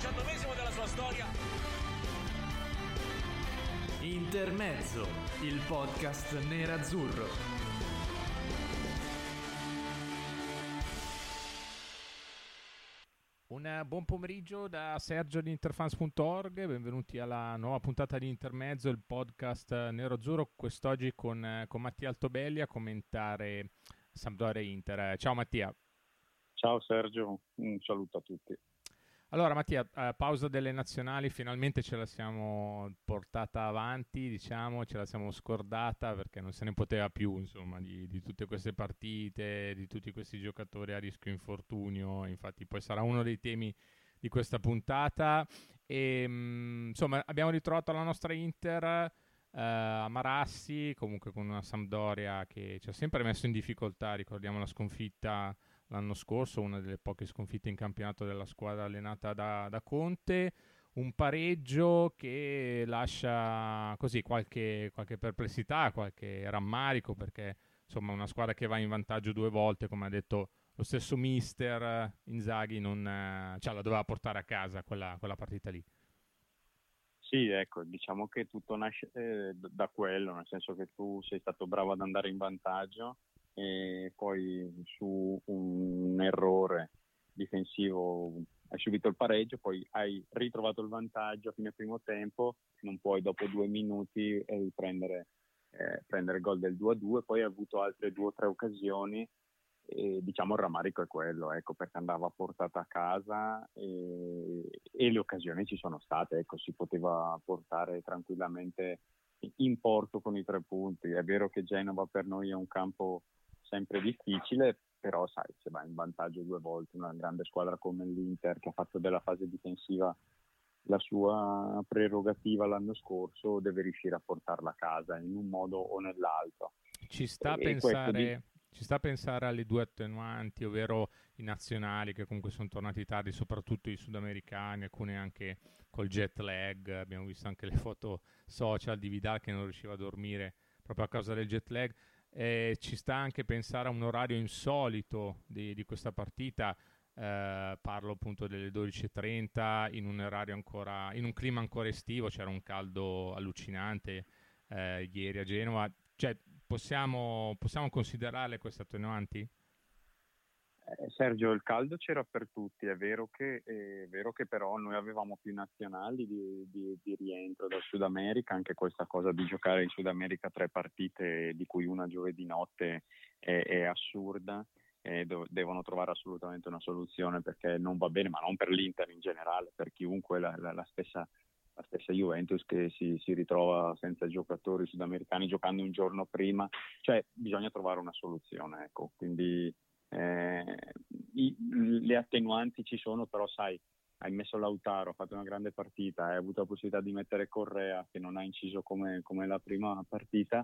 19esimo della sua storia. Intermezzo, il podcast nerazzurro. Un buon pomeriggio da Sergio di Interfans.org, benvenuti alla nuova puntata di Intermezzo, il podcast nero-azzurro, quest'oggi con Mattia Altobelli a commentare Sampdoria Inter. Ciao Mattia. Ciao Sergio, un saluto a tutti. Allora Mattia, pausa delle nazionali, finalmente ce la siamo portata avanti, diciamo, ce la siamo scordata perché non se ne poteva più, insomma, di tutte queste partite, di tutti questi giocatori a rischio infortunio. Infatti poi sarà uno dei temi di questa puntata e insomma abbiamo ritrovato la nostra Inter a Marassi, comunque con una Sampdoria che ci ha sempre messo in difficoltà. Ricordiamo la sconfitta l'anno scorso, una delle poche sconfitte in campionato della squadra allenata da Conte, un pareggio che lascia così qualche perplessità, qualche rammarico, perché insomma una squadra che va in vantaggio due volte, come ha detto lo stesso mister Inzaghi, la doveva portare a casa quella partita lì. Sì, ecco, diciamo che tutto nasce da quello, nel senso che tu sei stato bravo ad andare in vantaggio e poi su un errore difensivo hai subito il pareggio, poi hai ritrovato il vantaggio a fine primo tempo, non puoi dopo 2 minuti prendere il gol del 2-2, poi hai avuto altre 2 o 3 occasioni e diciamo il rammarico è quello, ecco, perché andava portata a casa e le occasioni ci sono state, ecco, si poteva portare tranquillamente in porto con i 3 punti. È vero che Genova per noi è un campo sempre difficile, però sai, se va in vantaggio 2 volte una grande squadra come l'Inter che ha fatto della fase difensiva la sua prerogativa l'anno scorso, deve riuscire a portarla a casa in un modo o nell'altro. Ci sta a pensare alle 2 attenuanti, ovvero i nazionali che comunque sono tornati tardi, soprattutto i sudamericani, alcune anche col jet lag. Abbiamo visto anche le foto social di Vidal che non riusciva a dormire proprio a causa del jet lag. Ci sta anche pensare a un orario insolito di questa partita. Parlo appunto delle 12:30 in un clima ancora estivo. C'era un caldo allucinante ieri a Genova. Cioè, possiamo considerarle queste attenuanti? Sergio, il caldo c'era per tutti, è vero che però noi avevamo più nazionali di rientro dal Sud America, anche questa cosa di giocare in Sud America 3 partite, di cui una giovedì notte, è assurda. Devono trovare assolutamente una soluzione, perché non va bene, ma non per l'Inter in generale, per chiunque, la stessa Juventus che si ritrova senza giocatori sudamericani giocando un giorno prima, cioè bisogna trovare una soluzione, ecco. Quindi le attenuanti ci sono, però sai, hai messo Lautaro, ha fatto una grande partita, hai avuto la possibilità di mettere Correa che non ha inciso come la prima partita,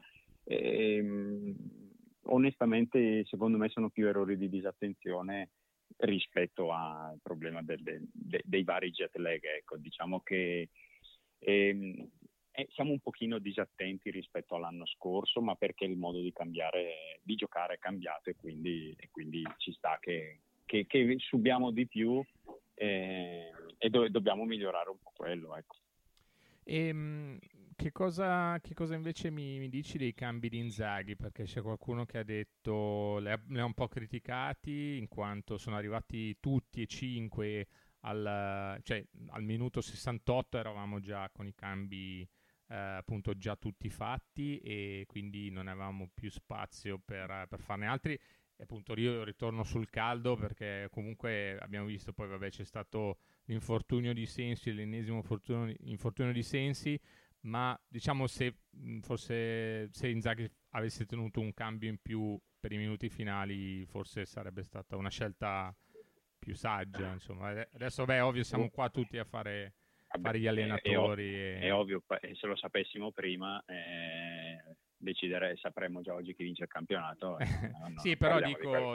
onestamente secondo me sono più errori di disattenzione rispetto al problema dei vari jet lag, ecco. Diciamo che siamo un pochino disattenti rispetto all'anno scorso, ma perché il modo di giocare è cambiato e quindi ci sta che subiamo di più e dobbiamo migliorare un po' quello, ecco. Che cosa invece mi dici dei cambi di Inzaghi? Perché c'è qualcuno che ha detto, le ha un po' criticati in quanto sono arrivati tutti e 5 al minuto 68, eravamo già con i cambi appunto già tutti fatti e quindi non avevamo più spazio per farne altri. E appunto io ritorno sul caldo perché comunque abbiamo visto poi c'è stato l'infortunio di Sensi, l'ennesimo infortunio di Sensi, ma diciamo se Inzaghi avesse tenuto un cambio in più per i minuti finali forse sarebbe stata una scelta più saggia, insomma. Adesso ovvio siamo qua tutti a fare gli allenatori. È ovvio, se lo sapessimo prima sapremmo già oggi chi vince il campionato. Sì, però dico,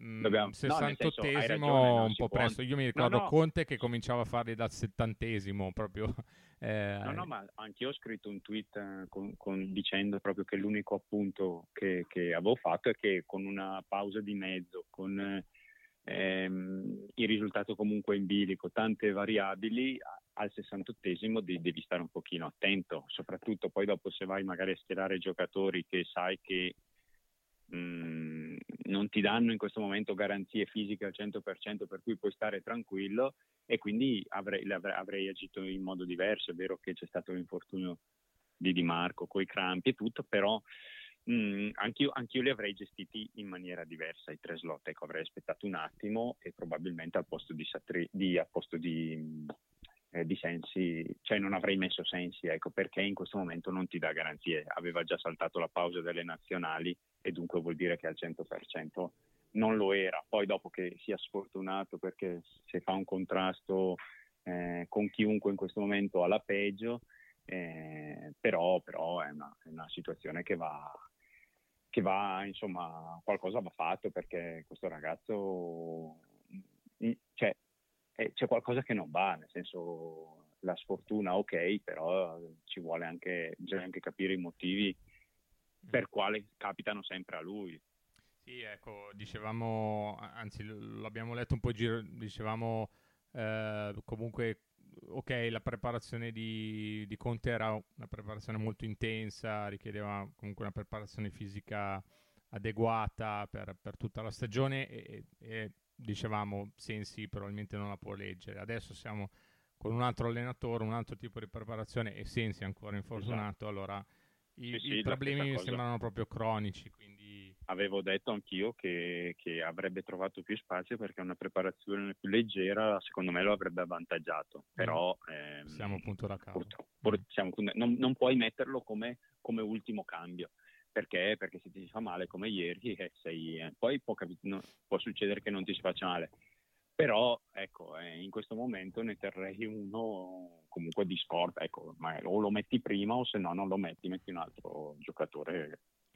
68esimo un po' presto. Io mi ricordo Conte che cominciava a farli dal 70esimo proprio. No, ma anch'io ho scritto un tweet dicendo proprio che l'unico appunto che avevo fatto è che con una pausa di mezzo, con il risultato comunque in bilico, tante variabili, al 68esimo devi stare un pochino attento, soprattutto poi dopo se vai magari a schierare giocatori che sai che non ti danno in questo momento garanzie fisiche al 100%, per cui puoi stare tranquillo, e quindi avrei agito in modo diverso. È vero che c'è stato l'infortunio di Di Marco coi crampi e tutto, però anch'io li avrei gestiti in maniera diversa i 3 slot. Ecco, avrei aspettato un attimo e probabilmente al posto di Sensi, cioè non avrei messo Sensi, ecco, perché in questo momento non ti dà garanzie. Aveva già saltato la pausa delle nazionali e dunque vuol dire che al 100% non lo era. Poi dopo che sia sfortunato perché se fa un contrasto con chiunque in questo momento alla peggio, però è una situazione che va, insomma, qualcosa va fatto, perché questo ragazzo, cioè, c'è qualcosa che non va, nel senso, la sfortuna ok, però ci vuole bisogna anche capire i motivi per quali capitano sempre a lui. Sì, ecco, dicevamo, anzi l'abbiamo letto un po' in giro, dicevamo comunque, ok, la preparazione di Conte era una preparazione molto intensa, richiedeva comunque una preparazione fisica adeguata per tutta la stagione e dicevamo Sensi probabilmente non la può leggere. Adesso siamo con un altro allenatore, un altro tipo di preparazione e Sensi ancora infortunato, esatto. Allora i problemi sembrano proprio cronici, quindi avevo detto anch'io che avrebbe trovato più spazio, perché una preparazione più leggera secondo me lo avrebbe avvantaggiato, però siamo punto da capo. Non puoi metterlo come ultimo cambio, perché se ti si fa male come ieri poi può succedere che non ti si faccia male, però ecco, in questo momento ne terrei uno comunque di scorta, ecco, o lo metti prima o se no non lo metti un altro giocatore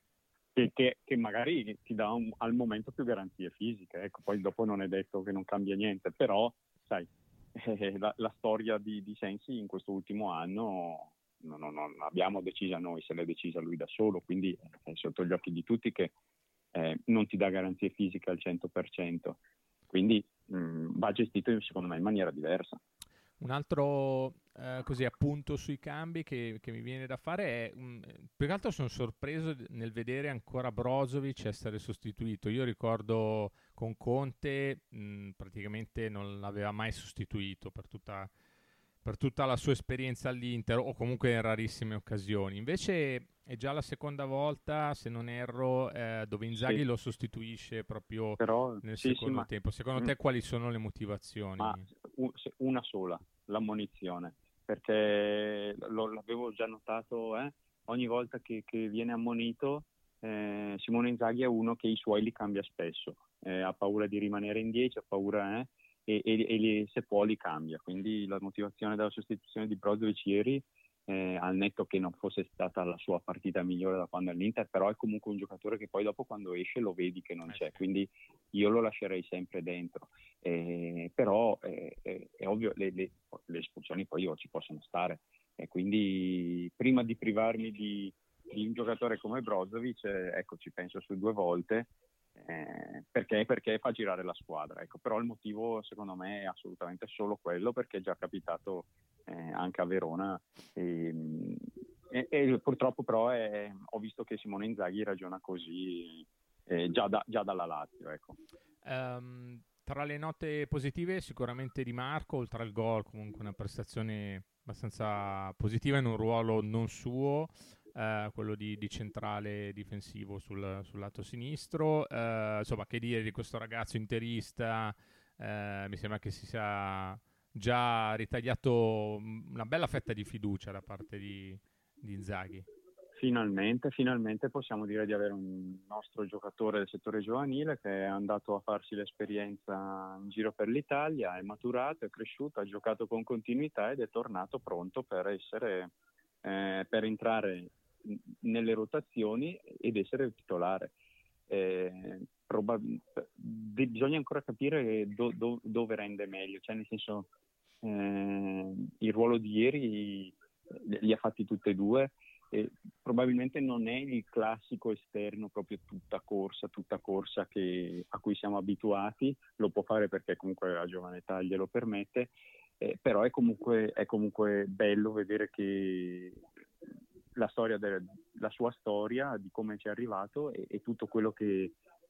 che magari ti dà al momento più garanzie fisiche, ecco. Poi dopo non è detto che non cambia niente, però sai, la storia di Sensi in questo ultimo anno non abbiamo decisa noi, se l'è decisa lui da solo, quindi è sotto gli occhi di tutti che non ti dà garanzie fisiche al 100%, quindi va gestito secondo me in maniera diversa. Un altro così appunto sui cambi che mi viene da fare è più che altro sono sorpreso nel vedere ancora Brozovic essere sostituito. Io ricordo con Conte praticamente non l'aveva mai sostituito per tutta la sua esperienza all'Inter, o comunque in rarissime occasioni. Invece è già la seconda volta, se non erro, dove Inzaghi lo sostituisce proprio nel secondo tempo. Secondo te quali sono le motivazioni? Ma una sola, l'ammonizione, perché l'avevo già notato, ogni volta che viene ammonito Simone Inzaghi è uno che i suoi li cambia spesso, ha paura di rimanere in 10, ha paura e se può li cambia, quindi la motivazione della sostituzione di Brozovic ieri, al netto che non fosse stata la sua partita migliore da quando è all'Inter, però è comunque un giocatore che poi dopo quando esce lo vedi che non c'è, quindi io lo lascerei sempre dentro, però è ovvio, le espulsioni poi ci possono stare, e quindi prima di privarmi di un giocatore come Brozovic, ecco, ci penso su 2 volte, perché fa girare la squadra, ecco. Però il motivo secondo me è assolutamente solo quello, perché è già capitato anche a Verona e purtroppo però ho visto che Simone Inzaghi ragiona così già dalla Lazio, ecco. Tra le note positive sicuramente Di Marco, oltre al gol, comunque una prestazione abbastanza positiva in un ruolo non suo, quello di centrale difensivo sul lato sinistro. Insomma, che dire di questo ragazzo interista, mi sembra che si sia già ritagliato una bella fetta di fiducia da parte di Inzaghi. Finalmente possiamo dire di avere un nostro giocatore del settore giovanile che è andato a farsi l'esperienza in giro per l'Italia, è maturato, è cresciuto, ha giocato con continuità ed è tornato pronto per entrare nelle rotazioni ed essere titolare. Bisogna ancora capire dove rende meglio, cioè nel senso, il ruolo di ieri li ha fatti tutti e due, probabilmente non è il classico esterno proprio tutta corsa a cui siamo abituati, lo può fare perché comunque la giovane età glielo permette, però è comunque bello vedere che la sua storia, di come ci è arrivato e tutto quello che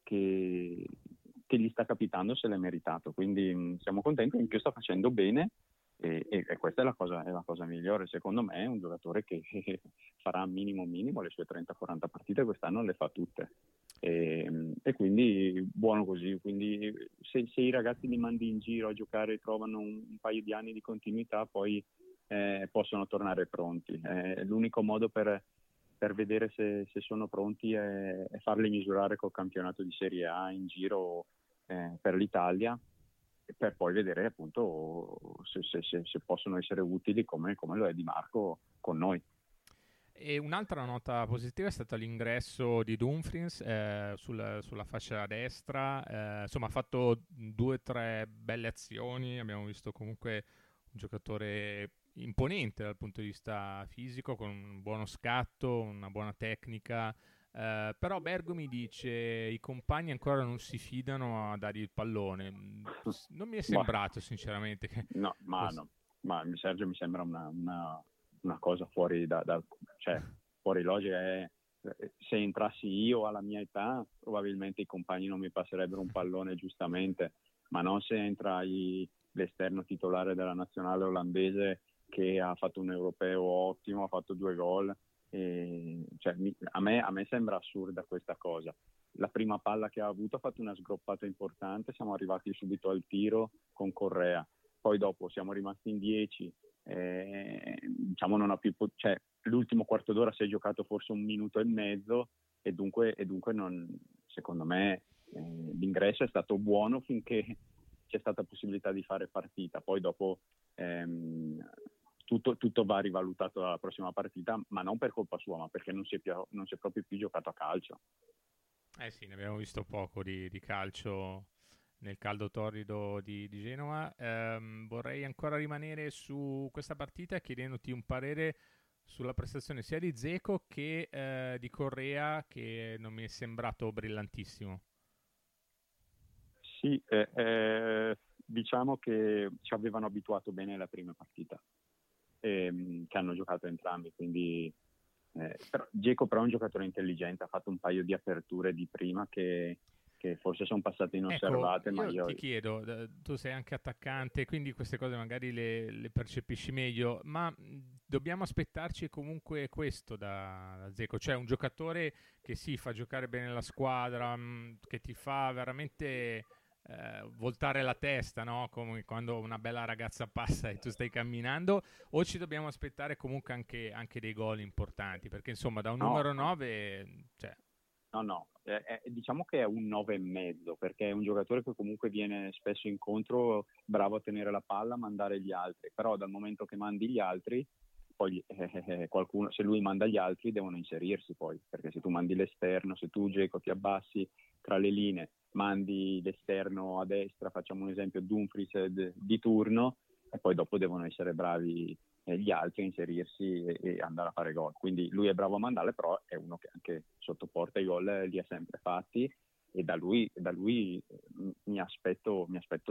gli sta capitando se l'è meritato, quindi siamo contenti, in più sta facendo bene. E questa è la cosa migliore, secondo me. È un giocatore che farà minimo le sue 30-40 partite quest'anno, le fa tutte, e quindi buono così. Quindi se i ragazzi li mandi in giro a giocare e trovano un paio di anni di continuità, poi possono tornare pronti. L'unico modo per vedere se sono pronti è farli misurare col campionato di Serie A in giro per l'Italia, per poi vedere appunto se possono essere utili come lo è Di Marco con noi. E un'altra nota positiva è stata l'ingresso di Dumfries sulla fascia destra. Insomma, ha fatto 2 o 3 belle azioni. Abbiamo visto comunque un giocatore imponente dal punto di vista fisico, con un buono scatto, una buona tecnica. Però Bergomi dice i compagni ancora non si fidano a dargli il pallone. Non mi è sembrato sinceramente che... No, ma Sergio mi sembra una cosa fuori cioè fuori logica. Se entrassi io alla mia età, probabilmente i compagni non mi passerebbero un pallone, giustamente, ma non se entra l'esterno titolare della nazionale olandese che ha fatto un europeo ottimo, ha fatto 2 gol. Cioè, a me sembra assurda questa cosa. La prima palla che ha avuto ha fatto una sgroppata importante, siamo arrivati subito al tiro con Correa, poi dopo siamo rimasti in 10, diciamo non ha più cioè, l'ultimo quarto d'ora si è giocato forse 1 minuto e mezzo e dunque non, secondo me l'ingresso è stato buono finché c'è stata possibilità di fare partita, poi dopo tutto va rivalutato alla prossima partita, ma non per colpa sua, ma perché non si è proprio più giocato a calcio. Sì, ne abbiamo visto poco di calcio nel caldo torrido di Genova. Vorrei ancora rimanere su questa partita chiedendoti un parere sulla prestazione sia di Dzeko che di Correa, che non mi è sembrato brillantissimo. Sì, diciamo che ci avevano abituato bene la prima partita, che hanno giocato entrambi, quindi Dzeko però è un giocatore intelligente, ha fatto un paio di aperture di prima che forse sono passate inosservate. Ecco, ma io ti chiedo, tu sei anche attaccante, quindi queste cose magari le percepisci meglio, ma dobbiamo aspettarci comunque questo da Dzeko, cioè un giocatore che sì, fa giocare bene la squadra, che ti fa veramente voltare la testa, no? Come quando una bella ragazza passa e tu stai camminando, o ci dobbiamo aspettare comunque anche dei gol importanti, perché insomma da un numero 9, cioè... No, diciamo che è un 9,5, perché è un giocatore che comunque viene spesso incontro, bravo a tenere la palla, mandare gli altri, però dal momento che mandi gli altri, poi qualcuno, se lui manda gli altri, devono inserirsi poi, perché se tu mandi l'esterno, se tu Dzeko ti abbassi tra le linee, mandi l'esterno a destra, facciamo un esempio, Dumfries di turno, e poi dopo devono essere bravi gli altri a inserirsi e andare a fare gol. Quindi lui è bravo a mandarle, però è uno che anche sotto porta i gol li ha sempre fatti, e da lui mi aspetto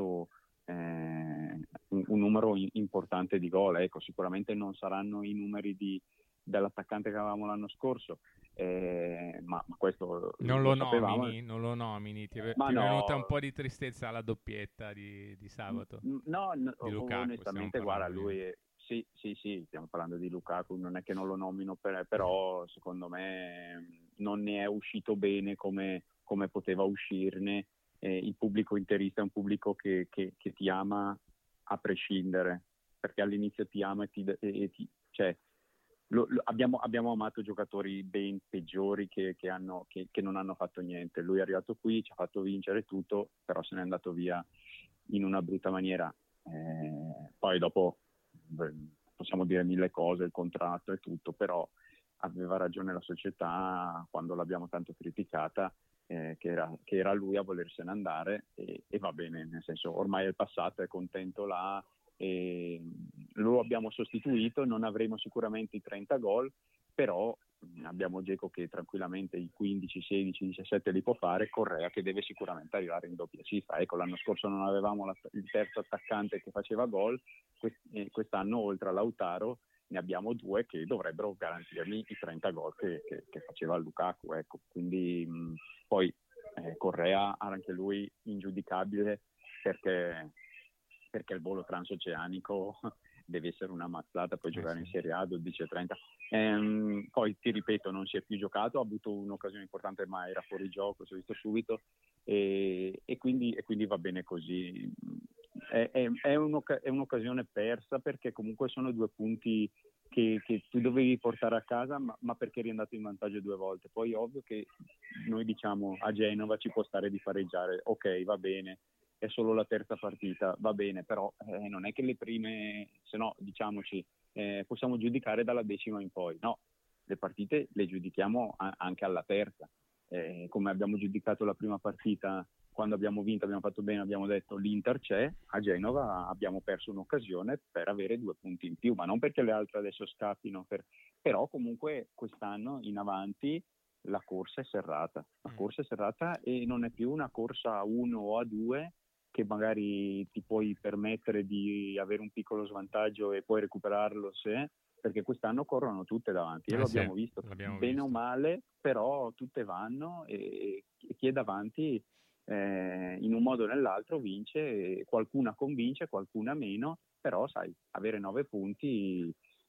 un numero importante di gol. Ecco, sicuramente non saranno i numeri dell'attaccante che avevamo l'anno scorso, ma questo non lo lo sapevamo. non lo nomini, ti è venuta un po' di tristezza alla doppietta di sabato? No, di Lukaku, onestamente, guarda, lui sì, stiamo parlando di Lukaku, non è che non lo nomino, però secondo me non ne è uscito bene come poteva uscirne. Il pubblico interista è un pubblico che ti ama a prescindere, perché all'inizio ti ama cioè, abbiamo amato giocatori ben peggiori che non hanno fatto niente. Lui è arrivato qui, ci ha fatto vincere tutto, però se n'è andato via in una brutta maniera. Poi dopo possiamo dire 1000 cose, il contratto e tutto, però aveva ragione la società quando l'abbiamo tanto criticata, che era lui a volersene andare, e va bene, nel senso, ormai è il passato, è contento là, e lo abbiamo sostituito. Non avremo sicuramente i 30 gol, però abbiamo Dzeko che tranquillamente i 15, 16, 17 li può fare, Correa che deve sicuramente arrivare in doppia cifra. Ecco, l'anno scorso non avevamo il terzo attaccante che faceva gol, quest'anno oltre a Lautaro ne abbiamo due che dovrebbero garantirmi i 30 gol che faceva Lukaku, ecco. Quindi poi Correa anche lui ingiudicabile perché il volo transoceanico deve essere una mazzata, poi giocare in Serie A 12-30. Poi ti ripeto, non si è più giocato, ha avuto un'occasione importante ma era fuori gioco, si è visto subito, e quindi va bene così. È un'occasione persa perché comunque sono 2 punti che tu dovevi portare a casa, ma perché eri andato in vantaggio 2 volte. Poi ovvio che noi diciamo a Genova ci può stare di pareggiare, ok, va bene, è solo la terza partita, va bene, però non è che le prime, se no diciamoci, possiamo giudicare dalla 10ª in poi. No, le partite le giudichiamo anche alla terza. Come abbiamo giudicato la prima partita, quando abbiamo vinto, abbiamo fatto bene, abbiamo detto l'Inter c'è, a Genova abbiamo perso un'occasione per avere 2 punti in più, ma non perché le altre adesso scappino, però comunque quest'anno in avanti la corsa è serrata, e non è più una corsa a 1 o a 2 che magari ti puoi permettere di avere un piccolo svantaggio e poi recuperarlo perché quest'anno corrono tutte davanti, e lo abbiamo visto, bene o male, però tutte vanno e chi è davanti in un modo o nell'altro vince, qualcuna convince, qualcuna meno, però sai, avere 9 punti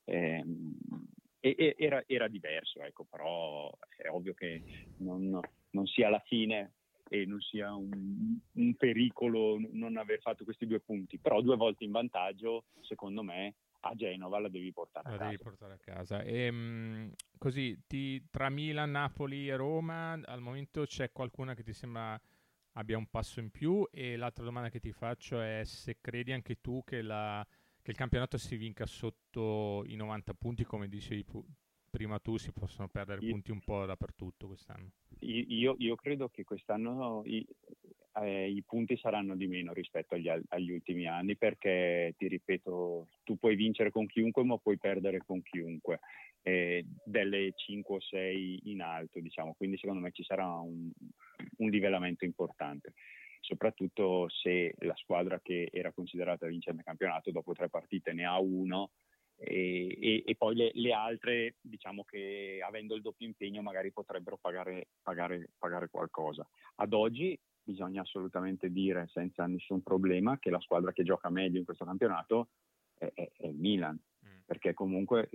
era diverso, ecco, però è ovvio che non sia la fine e non sia un pericolo non aver fatto questi 2 punti, però 2 volte in vantaggio, secondo me, a Genova la devi portare a casa. E così, tra Milan, Napoli e Roma, al momento c'è qualcuna che ti sembra abbia un passo in più? E l'altra domanda che ti faccio è se credi anche tu che il campionato si vinca sotto i 90 punti, come dicevi prima tu, si possono perdere punti un po' dappertutto quest'anno. Io credo che quest'anno i punti saranno di meno rispetto agli ultimi anni, perché ti ripeto, tu puoi vincere con chiunque ma puoi perdere con chiunque, delle 5 o 6 in alto, diciamo. Quindi secondo me ci sarà un livellamento importante, soprattutto se la squadra che era considerata vincere il campionato dopo 3 partite ne ha 1, e poi le altre, diciamo che avendo il doppio impegno magari potrebbero pagare qualcosa. Ad oggi bisogna assolutamente dire senza nessun problema che la squadra che gioca meglio in questo campionato è il Milan, perché comunque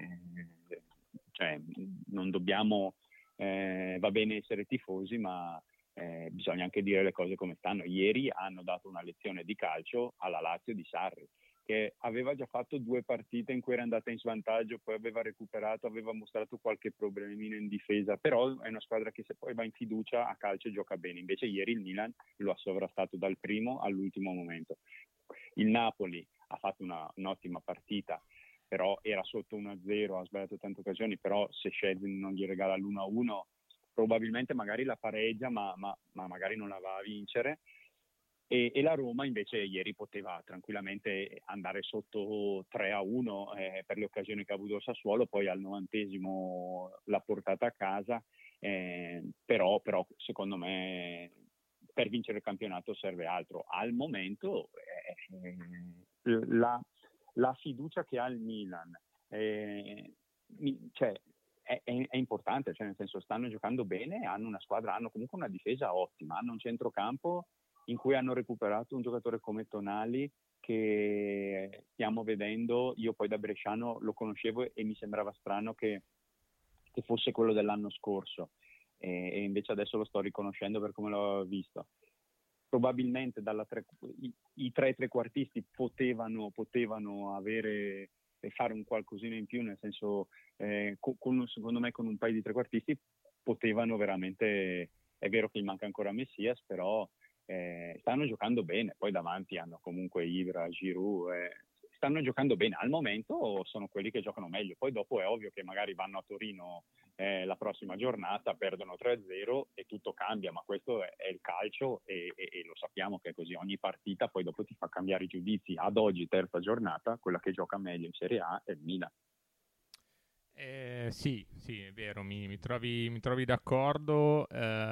cioè, non dobbiamo va bene essere tifosi, ma bisogna anche dire le cose come stanno. Ieri hanno dato una lezione di calcio alla Lazio di Sarri, che aveva già fatto 2 partite in cui era andata in svantaggio, poi aveva recuperato, aveva mostrato qualche problemino in difesa, però è una squadra che se poi va in fiducia a calcio gioca bene. Invece ieri il Milan lo ha sovrastato dal primo all'ultimo momento. Il Napoli ha fatto un'ottima partita, però era sotto 1-0, ha sbagliato tante occasioni, però se Szczęsny non gli regala l'1-1 probabilmente magari la pareggia, ma magari non la va a vincere. E la Roma invece ieri poteva tranquillamente andare sotto 3-1 per le occasioni che ha avuto il Sassuolo, poi al 90° l'ha portata a casa, però secondo me per vincere il campionato serve altro. Al momento la fiducia che ha il Milan cioè, è importante, cioè nel senso stanno giocando bene, hanno una squadra, hanno comunque una difesa ottima, hanno un centrocampo in cui hanno recuperato un giocatore come Tonali che stiamo vedendo. Io poi da bresciano lo conoscevo e mi sembrava strano che fosse quello dell'anno scorso, e invece adesso lo sto riconoscendo per come l'ho visto. Probabilmente i 3 trequartisti potevano avere e fare un qualcosina in più, nel senso secondo me con un paio di trequartisti potevano veramente. È vero che gli manca ancora Messias, però stanno giocando bene. Poi davanti hanno comunque Ibra, Giroud, stanno giocando bene. Al momento sono quelli che giocano meglio. Poi dopo è ovvio che magari vanno a Torino la prossima giornata perdono 3-0 e tutto cambia, ma questo è il calcio e lo sappiamo che è così, ogni partita poi dopo ti fa cambiare i giudizi. Ad oggi, terza giornata, quella che gioca meglio in Serie A è il Milan. Sì, è vero, mi trovi d'accordo.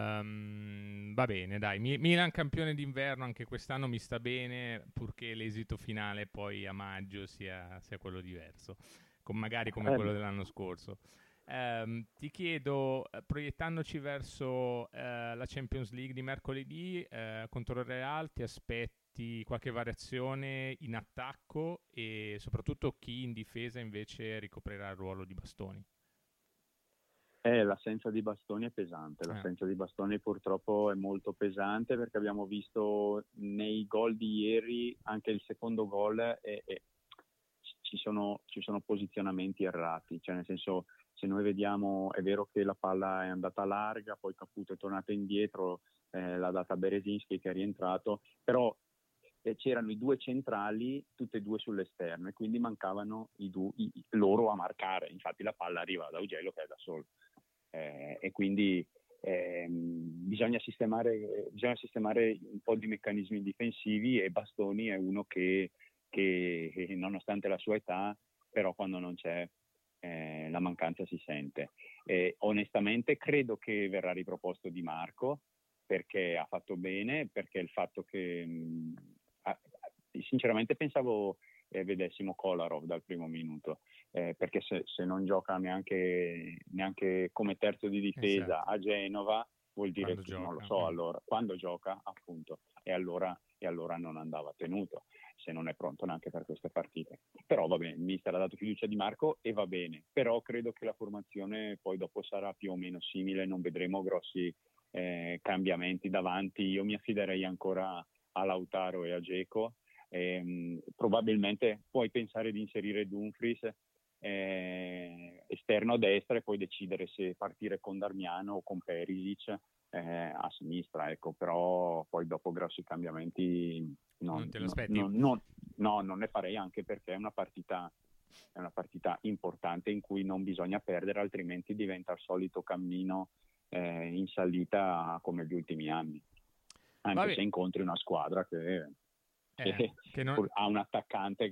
Va bene, dai. Milan campione d'inverno anche quest'anno mi sta bene, purché l'esito finale poi a maggio sia quello diverso, magari come quello dell'anno scorso. Ti chiedo, proiettandoci verso la Champions League di mercoledì contro il Real, ti aspetti qualche variazione in attacco e soprattutto chi in difesa invece ricoprirà il ruolo di Bastoni? L'assenza di Bastoni è pesante, l'assenza di Bastoni purtroppo è molto pesante, perché abbiamo visto nei gol di ieri, anche il secondo gol, ci sono posizionamenti errati, cioè nel senso, se noi vediamo, è vero che la palla è andata larga, poi Caputo è tornato indietro, l'ha data Berezinski che è rientrato, però c'erano i due centrali, tutte e due sull'esterno, e quindi mancavano loro a marcare. Infatti la palla arriva da Augello che è da solo, e quindi bisogna sistemare un po' di meccanismi difensivi, e Bastoni è uno che nonostante la sua età, però quando non c'è la mancanza si sente. Onestamente credo che verrà riproposto Di Marco, perché ha fatto bene, perché il fatto che sinceramente pensavo vedessimo Kolarov dal primo minuto, perché se non gioca neanche come terzo di difesa a Genova, vuol dire quando che gioca. Non lo so, allora quando gioca appunto, e allora non andava tenuto, se non è pronto neanche per queste partite. Però va bene, il mister ha dato fiducia a Di Marco e va bene, però credo che la formazione poi dopo sarà più o meno simile, non vedremo grossi cambiamenti davanti. Io mi affiderei ancora a Lautaro e a Dzeko. Probabilmente puoi pensare di inserire Dumfries esterno a destra e poi decidere se partire con Darmiano o con Perisic a sinistra, ecco. Però poi dopo grossi cambiamenti non te lo aspetti? No, non ne farei, anche perché è una partita importante in cui non bisogna perdere, altrimenti diventa il solito cammino in salita come gli ultimi anni, anche se incontri una squadra che ha un attaccante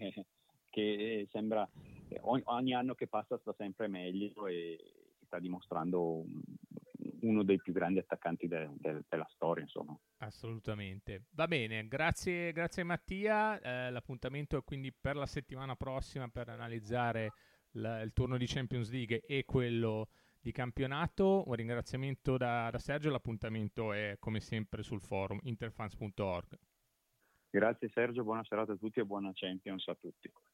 che sembra ogni anno che passa sta sempre meglio e sta dimostrando uno dei più grandi attaccanti della storia, insomma. Assolutamente. Va bene, grazie Mattia. L'appuntamento è quindi per la settimana prossima per analizzare il turno di Champions League e quello di campionato. Un ringraziamento da Sergio. L'appuntamento è come sempre sul forum interfans.org. Grazie Sergio, buona serata a tutti e buona Champions a tutti.